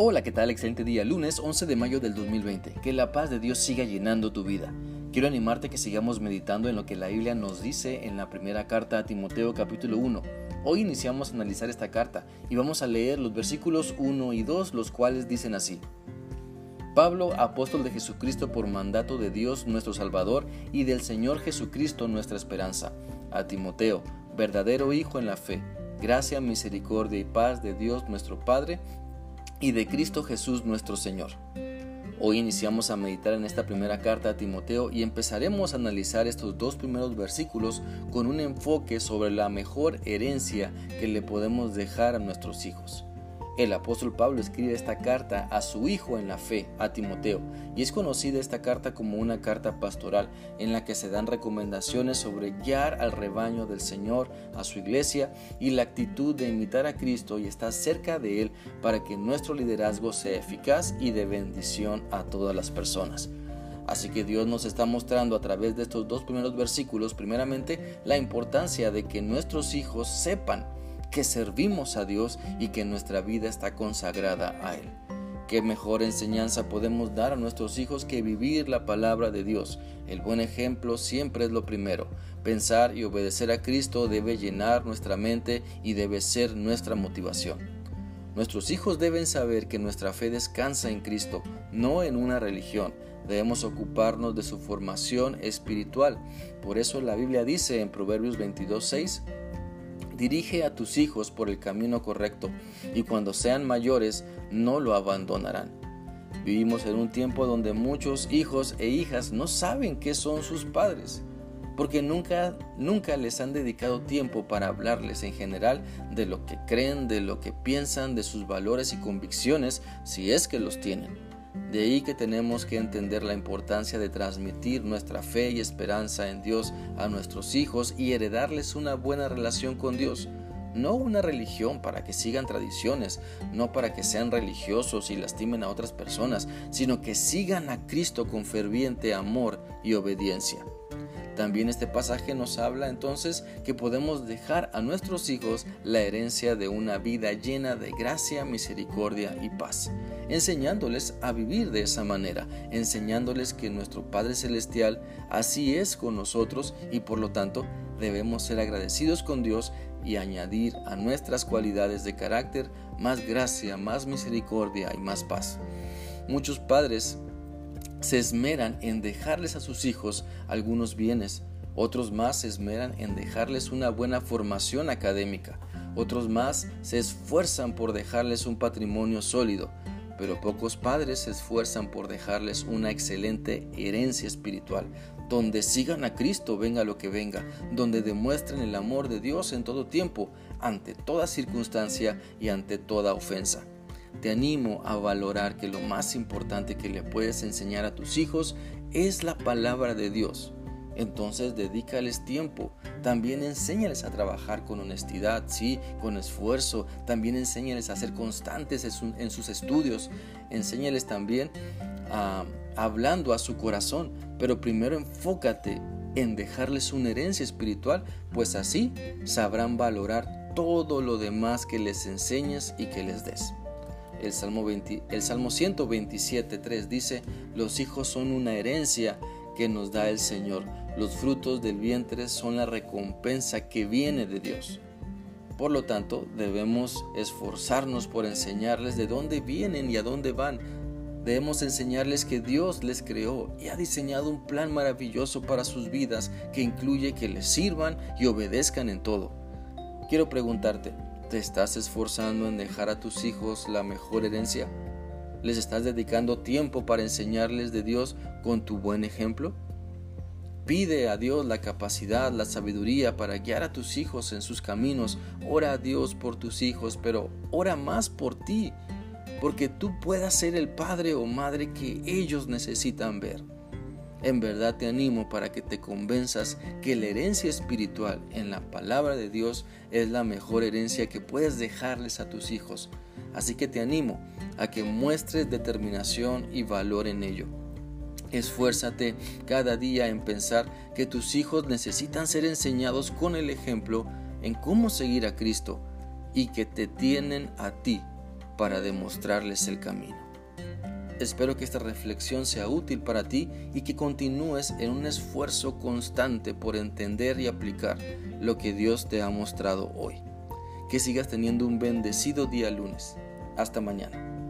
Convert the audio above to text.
Hola, ¿qué tal? Excelente día, lunes 11 de mayo del 2020. Que la paz de Dios siga llenando tu vida. Quiero animarte a que sigamos meditando en lo que la Biblia nos dice en la primera carta a Timoteo capítulo 1. Hoy iniciamos a analizar esta carta y vamos a leer los versículos 1 y 2, los cuales dicen así. Pablo, apóstol de Jesucristo por mandato de Dios nuestro Salvador y del Señor Jesucristo nuestra esperanza, a Timoteo, verdadero hijo en la fe, gracia, misericordia y paz de Dios nuestro Padre y de Cristo Jesús nuestro Señor. Hoy iniciamos a meditar en esta primera carta a Timoteo y empezaremos a analizar estos dos primeros versículos con un enfoque sobre la mejor herencia que le podemos dejar a nuestros hijos. El apóstol Pablo escribe esta carta a su hijo en la fe, a Timoteo, y es conocida esta carta como una carta pastoral en la que se dan recomendaciones sobre guiar al rebaño del Señor, a su iglesia, y la actitud de imitar a Cristo y estar cerca de Él para que nuestro liderazgo sea eficaz y de bendición a todas las personas. Así que Dios nos está mostrando a través de estos dos primeros versículos, primeramente, la importancia de que nuestros hijos sepan que servimos a Dios y que nuestra vida está consagrada a Él. ¿Qué mejor enseñanza podemos dar a nuestros hijos que vivir la palabra de Dios? El buen ejemplo siempre es lo primero. Pensar y obedecer a Cristo debe llenar nuestra mente y debe ser nuestra motivación. Nuestros hijos deben saber que nuestra fe descansa en Cristo, no en una religión. Debemos ocuparnos de su formación espiritual. Por eso la Biblia dice en Proverbios 22:6, dirige a tus hijos por el camino correcto, y cuando sean mayores no lo abandonarán. Vivimos en un tiempo donde muchos hijos e hijas no saben qué son sus padres, porque nunca les han dedicado tiempo para hablarles en general de lo que creen, de lo que piensan, de sus valores y convicciones, si es que los tienen. De ahí que tenemos que entender la importancia de transmitir nuestra fe y esperanza en Dios a nuestros hijos y heredarles una buena relación con Dios. No una religión para que sigan tradiciones, no para que sean religiosos y lastimen a otras personas, sino que sigan a Cristo con ferviente amor y obediencia. También este pasaje nos habla entonces que podemos dejar a nuestros hijos la herencia de una vida llena de gracia, misericordia y paz, enseñándoles a vivir de esa manera, enseñándoles que nuestro Padre Celestial así es con nosotros y por lo tanto debemos ser agradecidos con Dios y añadir a nuestras cualidades de carácter más gracia, más misericordia y más paz. Muchos padres se esmeran en dejarles a sus hijos algunos bienes, otros más se esmeran en dejarles una buena formación académica, otros más se esfuerzan por dejarles un patrimonio sólido, pero pocos padres se esfuerzan por dejarles una excelente herencia espiritual, donde sigan a Cristo venga lo que venga, donde demuestren el amor de Dios en todo tiempo, ante toda circunstancia y ante toda ofensa. Te animo a valorar que lo más importante que le puedes enseñar a tus hijos es la palabra de Dios. Entonces dedícales tiempo. También enséñales a trabajar con honestidad, sí, con esfuerzo. También enséñales a ser constantes en sus estudios. Enséñales también hablando a su corazón. Pero primero enfócate en dejarles una herencia espiritual, pues así sabrán valorar todo lo demás que les enseñes y que les des. El Salmo 127:3 dice, los hijos son una herencia que nos da el Señor. Los frutos del vientre son la recompensa que viene de Dios. Por lo tanto, debemos esforzarnos por enseñarles de dónde vienen y a dónde van. Debemos enseñarles que Dios les creó y ha diseñado un plan maravilloso para sus vidas que incluye que les sirvan y obedezcan en todo. Quiero preguntarte, ¿te estás esforzando en dejar a tus hijos la mejor herencia? ¿Les estás dedicando tiempo para enseñarles de Dios con tu buen ejemplo? Pide a Dios la capacidad, la sabiduría para guiar a tus hijos en sus caminos. Ora a Dios por tus hijos, pero ora más por ti, porque tú puedas ser el padre o madre que ellos necesitan ver. En verdad te animo para que te convenzas que la herencia espiritual en la palabra de Dios es la mejor herencia que puedes dejarles a tus hijos. Así que te animo a que muestres determinación y valor en ello. Esfuérzate cada día en pensar que tus hijos necesitan ser enseñados con el ejemplo en cómo seguir a Cristo y que te tienen a ti para demostrarles el camino. Espero que esta reflexión sea útil para ti y que continúes en un esfuerzo constante por entender y aplicar lo que Dios te ha mostrado hoy. Que sigas teniendo un bendecido día lunes. Hasta mañana.